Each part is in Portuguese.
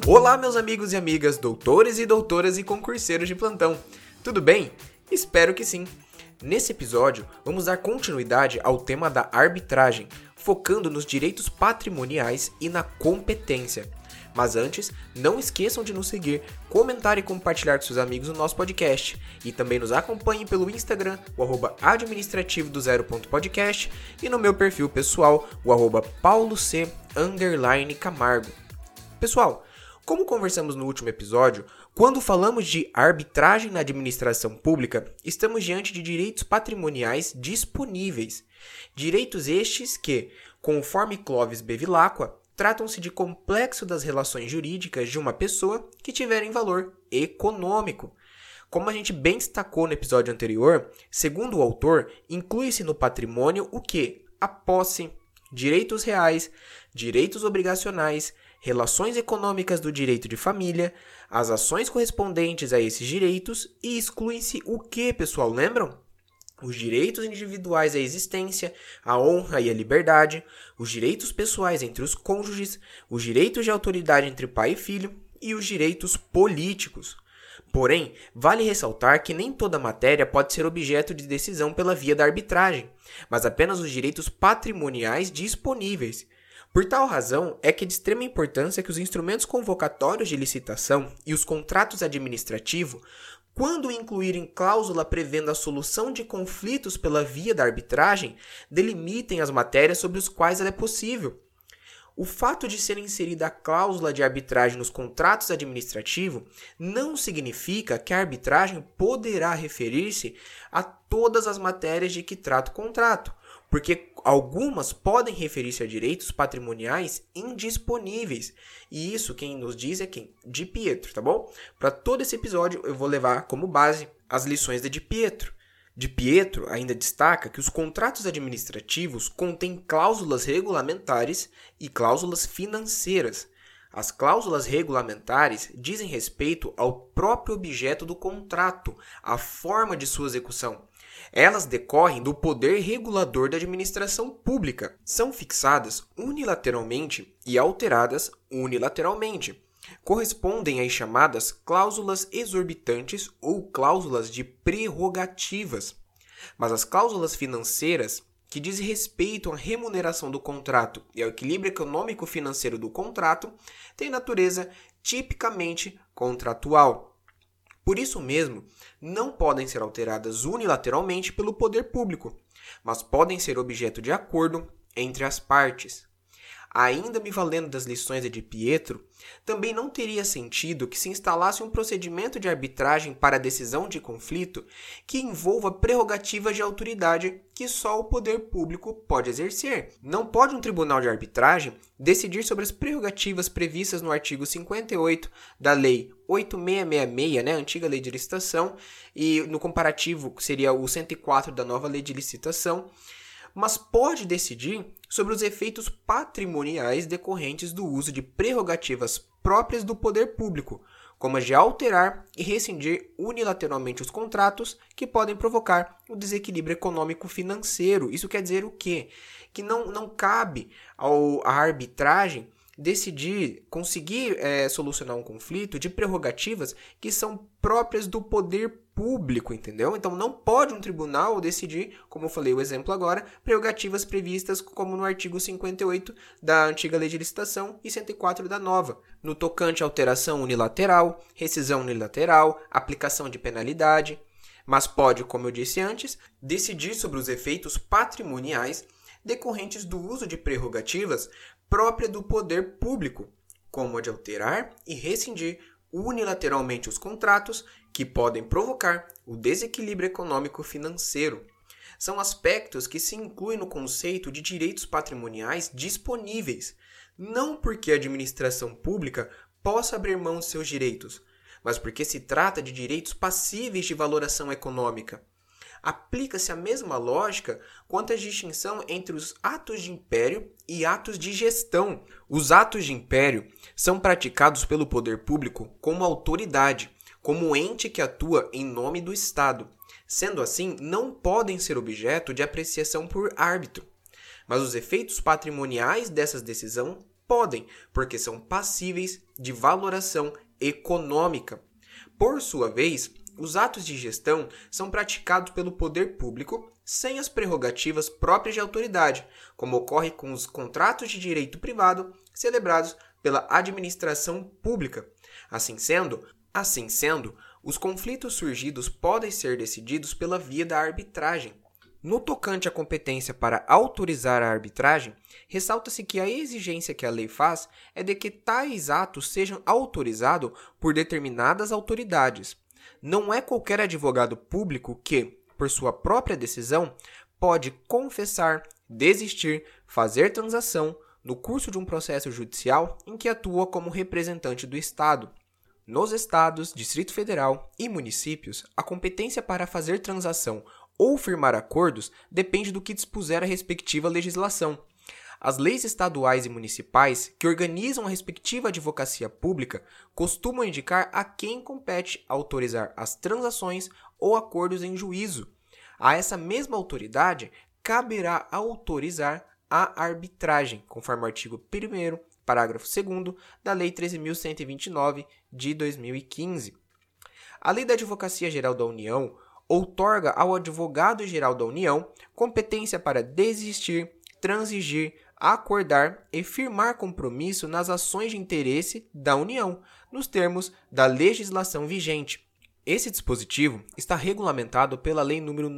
Olá, meus amigos e amigas, doutores e doutoras e concurseiros de plantão. Tudo bem? Espero que sim. Nesse episódio, vamos dar continuidade ao tema da arbitragem, focando nos direitos patrimoniais e na competência. Mas antes, não esqueçam de nos seguir, comentar e compartilhar com seus amigos o nosso podcast. E também nos acompanhem pelo Instagram, o @administrativo_do_podcast e no meu perfil pessoal, o @pauloc_camargo. Pessoal, como conversamos no último episódio, quando falamos de arbitragem na administração pública, estamos diante de direitos patrimoniais disponíveis. Direitos estes que, conforme Clovis Bevilacqua, tratam-se de complexo das relações jurídicas de uma pessoa que tiverem valor econômico. Como a gente bem destacou no episódio anterior, segundo o autor, inclui-se no patrimônio o que? A posse, direitos reais, direitos obrigacionais, relações econômicas do direito de família, as ações correspondentes a esses direitos e excluem-se o que, pessoal? Lembram? Os direitos individuais à existência, à honra e à liberdade, os direitos pessoais entre os cônjuges, os direitos de autoridade entre pai e filho e os direitos políticos. Porém, vale ressaltar que nem toda matéria pode ser objeto de decisão pela via da arbitragem, mas apenas os direitos patrimoniais disponíveis. Por tal razão, é que é de extrema importância que os instrumentos convocatórios de licitação e os contratos administrativos, quando incluírem cláusula prevendo a solução de conflitos pela via da arbitragem, delimitem as matérias sobre as quais ela é possível. O fato de ser inserida a cláusula de arbitragem nos contratos administrativos não significa que a arbitragem poderá referir-se a todas as matérias de que trata o contrato, porque algumas podem referir-se a direitos patrimoniais indisponíveis. E isso quem nos diz é quem? Di Pietro, tá bom? Para todo esse episódio eu vou levar como base as lições de Di Pietro. Di Pietro ainda destaca que os contratos administrativos contêm cláusulas regulamentares e cláusulas financeiras. As cláusulas regulamentares dizem respeito ao próprio objeto do contrato, à forma de sua execução. Elas decorrem do poder regulador da administração pública. São fixadas unilateralmente e alteradas unilateralmente. Correspondem às chamadas cláusulas exorbitantes ou cláusulas de prerrogativas. Mas as cláusulas financeiras, que dizem respeito à remuneração do contrato e ao equilíbrio econômico-financeiro do contrato, têm natureza tipicamente contratual. Por isso mesmo, não podem ser alteradas unilateralmente pelo poder público, mas podem ser objeto de acordo entre as partes. Ainda me valendo das lições de Di Pietro, também não teria sentido que se instalasse um procedimento de arbitragem para a decisão de conflito que envolva prerrogativas de autoridade que só o poder público pode exercer. Não pode um tribunal de arbitragem decidir sobre as prerrogativas previstas no artigo 58 da Lei 8666, a antiga Lei de Licitação, e no comparativo seria o 104 da nova Lei de Licitação, mas pode decidir sobre os efeitos patrimoniais decorrentes do uso de prerrogativas próprias do poder público, como as de alterar e rescindir unilateralmente os contratos que podem provocar o desequilíbrio econômico-financeiro. Isso quer dizer o quê? Que não cabe à arbitragem conseguir solucionar um conflito de prerrogativas que são próprias do poder público, entendeu? Então não pode um tribunal decidir, como eu falei o exemplo agora, prerrogativas previstas como no artigo 58 da antiga Lei de Licitação e 104 da nova, no tocante à alteração unilateral, rescisão unilateral, aplicação de penalidade, mas pode, como eu disse antes, decidir sobre os efeitos patrimoniais decorrentes do uso de prerrogativas própria do poder público, como a de alterar e rescindir unilateralmente os contratos que podem provocar o desequilíbrio econômico-financeiro. São aspectos que se incluem no conceito de direitos patrimoniais disponíveis, não porque a administração pública possa abrir mão de seus direitos, mas porque se trata de direitos passíveis de valoração econômica. Aplica-se a mesma lógica quanto à distinção entre os atos de império e atos de gestão. Os atos de império são praticados pelo poder público como autoridade, como ente que atua em nome do Estado. Sendo assim, não podem ser objeto de apreciação por árbitro. Mas os efeitos patrimoniais dessas decisões Podem, porque são passíveis de valoração econômica. Por sua vez, os atos de gestão são praticados pelo poder público sem as prerrogativas próprias de autoridade, como ocorre com os contratos de direito privado celebrados pela administração pública. Assim sendo, os conflitos surgidos podem ser decididos pela via da arbitragem. No tocante à competência para autorizar a arbitragem, ressalta-se que a exigência que a lei faz é de que tais atos sejam autorizados por determinadas autoridades. Não é qualquer advogado público que, por sua própria decisão, pode confessar, desistir, fazer transação no curso de um processo judicial em que atua como representante do Estado. Nos estados, Distrito Federal e municípios, a competência para fazer transação ou firmar acordos depende do que dispuser a respectiva legislação. As leis estaduais e municipais, que organizam a respectiva advocacia pública, costumam indicar a quem compete autorizar as transações ou acordos em juízo. A essa mesma autoridade caberá autorizar a arbitragem, conforme o artigo 1º, parágrafo 2º da Lei 13.129 de 2015. A Lei da Advocacia Geral da União outorga ao Advogado-Geral da União competência para desistir, transigir, acordar e firmar compromisso nas ações de interesse da União, nos termos da legislação vigente. Esse dispositivo está regulamentado pela Lei nº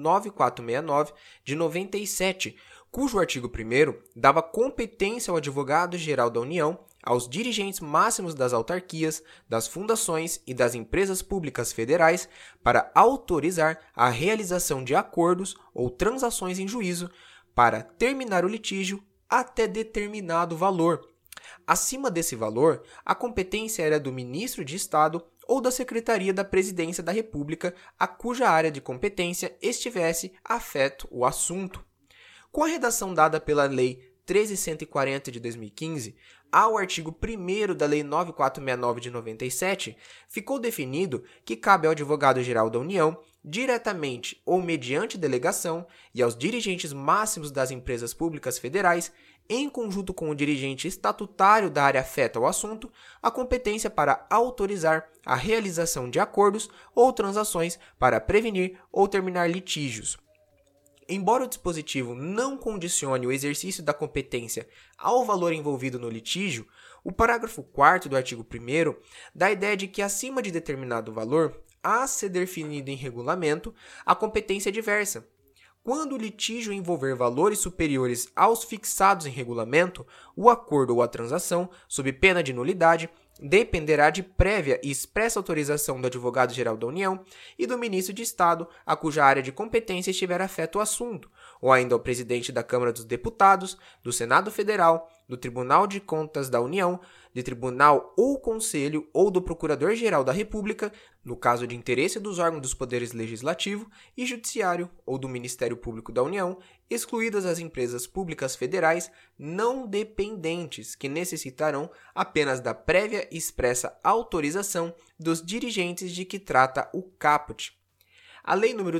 9469 de 97, cujo artigo 1º dava competência ao Advogado-Geral da União, aos dirigentes máximos das autarquias, das fundações e das empresas públicas federais para autorizar a realização de acordos ou transações em juízo para terminar o litígio até determinado valor. Acima desse valor, a competência era do Ministro de Estado ou da Secretaria da Presidência da República, a cuja área de competência estivesse afeto o assunto. Com a redação dada pela Lei 13.140 de 2015, ao artigo 1º da Lei 9469 de 97, ficou definido que cabe ao Advogado-Geral da União, diretamente ou mediante delegação, e aos dirigentes máximos das empresas públicas federais, em conjunto com o dirigente estatutário da área afeta ao assunto, a competência para autorizar a realização de acordos ou transações para prevenir ou terminar litígios. Embora o dispositivo não condicione o exercício da competência ao valor envolvido no litígio, o parágrafo 4º do artigo 1º dá a ideia de que, acima de determinado valor, a ser definido em regulamento, a competência é diversa. Quando o litígio envolver valores superiores aos fixados em regulamento, o acordo ou a transação, sob pena de nulidade, dependerá de prévia e expressa autorização do Advogado-Geral da União e do Ministro de Estado, a cuja área de competência estiver afeto ao assunto, ou ainda ao presidente da Câmara dos Deputados, do Senado Federal, do Tribunal de Contas da União, de tribunal ou conselho ou do Procurador-Geral da República, no caso de interesse dos órgãos dos poderes legislativo e judiciário ou do Ministério Público da União, excluídas as empresas públicas federais não dependentes, que necessitarão apenas da prévia e expressa autorização dos dirigentes de que trata o caput. A Lei nº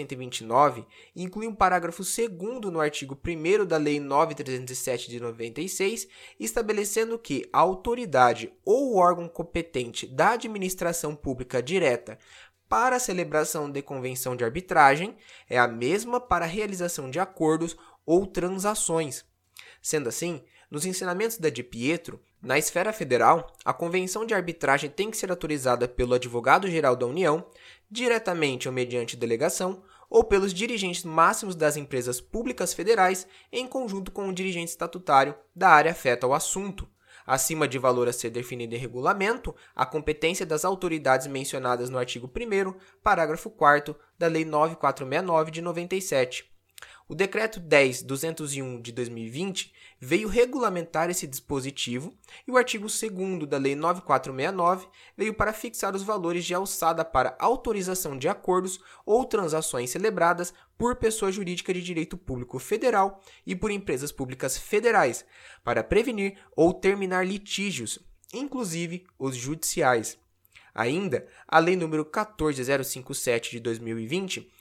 13.129 inclui um parágrafo 2º no artigo 1º da Lei 9.307 de 96, estabelecendo que a autoridade ou o órgão competente da administração pública direta para a celebração de convenção de arbitragem é a mesma para a realização de acordos ou transações. Sendo assim, nos ensinamentos da de Pietro, na esfera federal, a convenção de arbitragem tem que ser autorizada pelo Advogado-Geral da União, diretamente ou mediante delegação, ou pelos dirigentes máximos das empresas públicas federais, em conjunto com o dirigente estatutário da área afeta ao assunto. Acima de valor a ser definido em regulamento, a competência das autoridades mencionadas no artigo 1º, parágrafo 4º da Lei 9469 de 97. O Decreto 10.201 de 2020 veio regulamentar esse dispositivo e o artigo 2º da Lei 9469 veio para fixar os valores de alçada para autorização de acordos ou transações celebradas por pessoa jurídica de direito público federal e por empresas públicas federais, para prevenir ou terminar litígios, inclusive os judiciais. Ainda, a Lei nº 14.057 de 2020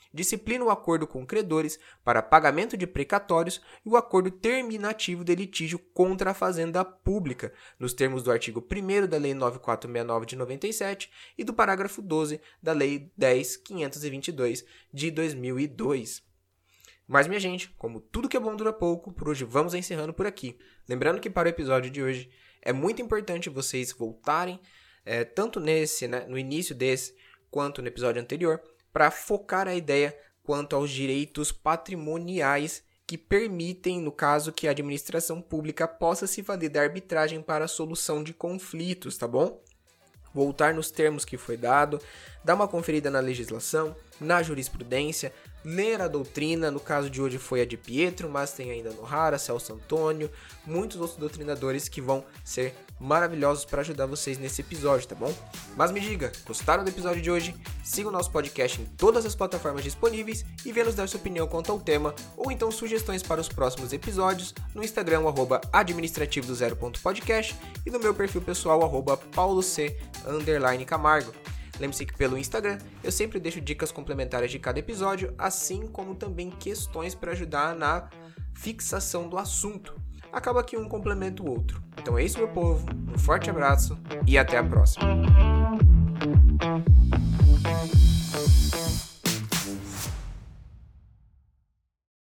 disciplina o acordo com credores para pagamento de precatórios e o acordo terminativo de litígio contra a fazenda pública, nos termos do artigo 1º da Lei 9469 de 97 e do parágrafo 12 da Lei 10.522 de 2002. Mas, minha gente, como tudo que é bom dura pouco, por hoje vamos encerrando por aqui. Lembrando que para o episódio de hoje é muito importante vocês voltarem, tanto no início desse, quanto no episódio anterior, para focar a ideia quanto aos direitos patrimoniais que permitem, no caso, que a administração pública possa se valer da arbitragem para a solução de conflitos, tá bom? Voltar nos termos que foi dado, dar uma conferida na legislação, na jurisprudência, ler a doutrina, no caso de hoje foi a de Pietro, mas tem ainda Nohara, Celso Antônio, muitos outros doutrinadores que vão ser maravilhosos para ajudar vocês nesse episódio, tá bom? Mas me diga, gostaram do episódio de hoje? Siga o nosso podcast em todas as plataformas disponíveis e venha nos dar sua opinião quanto ao tema, ou então sugestões para os próximos episódios no Instagram, @administrativo-do-zero.podcast e no meu perfil pessoal, @pauloc_camargo. Lembre-se que pelo Instagram eu sempre deixo dicas complementares de cada episódio, assim como também questões para ajudar na fixação do assunto. Acaba que um complementa o outro. Então é isso, meu povo, um forte abraço e até a próxima.